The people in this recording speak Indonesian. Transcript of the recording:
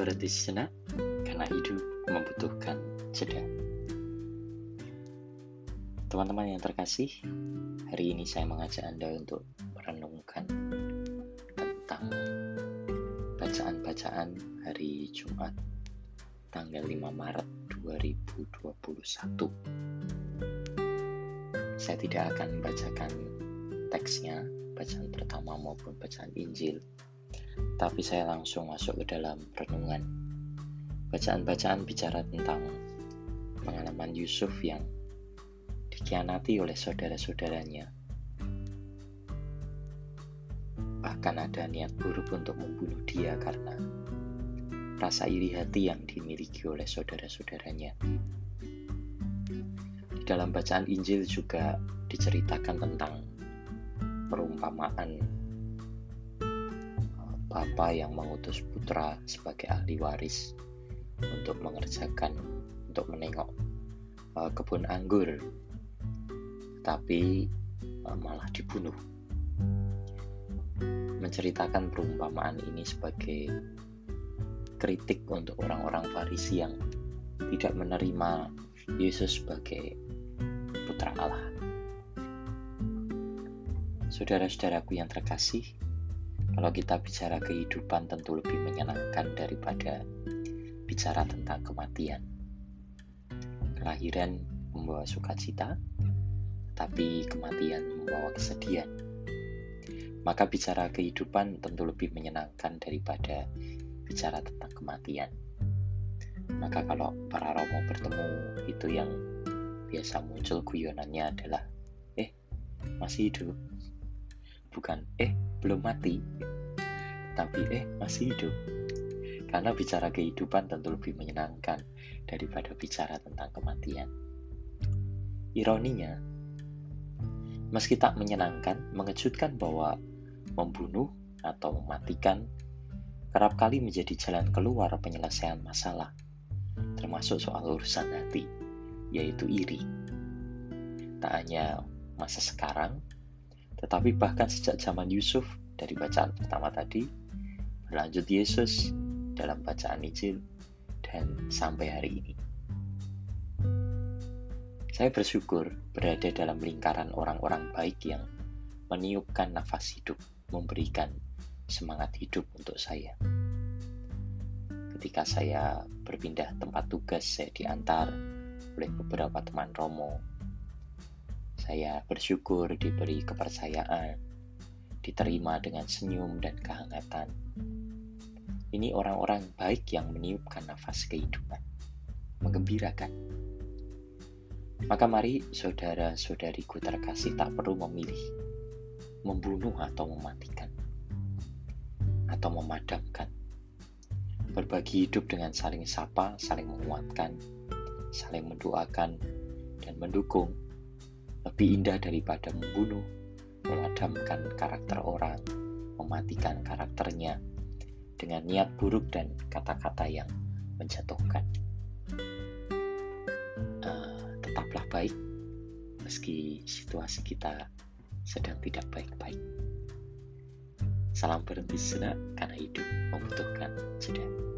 berhenti sejenak karena hidup membutuhkan jeda. Teman-teman yang terkasih, hari ini saya mengajak Anda untuk merenungkan tentang bacaan-bacaan hari Jumat tanggal 5 Maret 2021. Saya tidak akan membacakan teksnya, bacaan pertama maupun bacaan Injil, tapi saya langsung masuk ke dalam renungan. Bacaan-bacaan bicara tentang pengalaman Yusuf yang dikhianati oleh saudara-saudaranya. Bahkan ada niat buruk untuk membunuh dia karena rasa iri hati yang dimiliki oleh saudara-saudaranya. Di dalam bacaan Injil juga diceritakan tentang perumpamaan Bapa yang mengutus putra sebagai ahli waris untuk menengok kebun anggur, tapi malah dibunuh. Menceritakan perumpamaan ini sebagai kritik untuk orang-orang Farisi yang tidak menerima Yesus sebagai putra Allah. Saudara-saudaraku yang terkasih, kalau kita bicara kehidupan tentu lebih menyenangkan daripada bicara tentang kematian. Kelahiran membawa sukacita, tapi kematian membawa kesedihan. Maka bicara kehidupan tentu lebih menyenangkan daripada bicara tentang kematian. Maka kalau para romo bertemu, itu yang biasa muncul guyonannya adalah masih hidup. Bukan belum mati, tapi masih hidup. Karena bicara kehidupan tentu lebih menyenangkan daripada bicara tentang kematian. Ironinya, meski tak menyenangkan, mengejutkan bahwa membunuh atau mematikan kerap kali menjadi jalan keluar penyelesaian masalah, termasuk soal urusan hati, yaitu iri. Tak hanya masa sekarang, tetapi bahkan sejak zaman Yusuf dari bacaan pertama tadi, berlanjut Yesus dalam bacaan Injil, dan sampai hari ini. Saya bersyukur berada dalam lingkaran orang-orang baik yang meniupkan nafas hidup, memberikan semangat hidup untuk saya. Ketika saya berpindah tempat tugas, saya diantar oleh beberapa teman romo. Saya bersyukur diberi kepercayaan, diterima dengan senyum dan kehangatan. Ini orang-orang baik yang meniupkan nafas kehidupan, menggembirakan. Maka mari saudara-saudariku terkasih tak perlu memilih, membunuh atau mematikan, atau memadamkan. Berbagi hidup dengan saling sapa, saling menguatkan, saling mendoakan, dan mendukung lebih indah daripada membunuh, memadamkan karakter orang, mematikan karakternya dengan niat buruk dan kata-kata yang menjatuhkan. Tetaplah baik meski situasi kita sedang tidak baik-baik. Salam berhenti sejenak karena hidup membutuhkan jeda.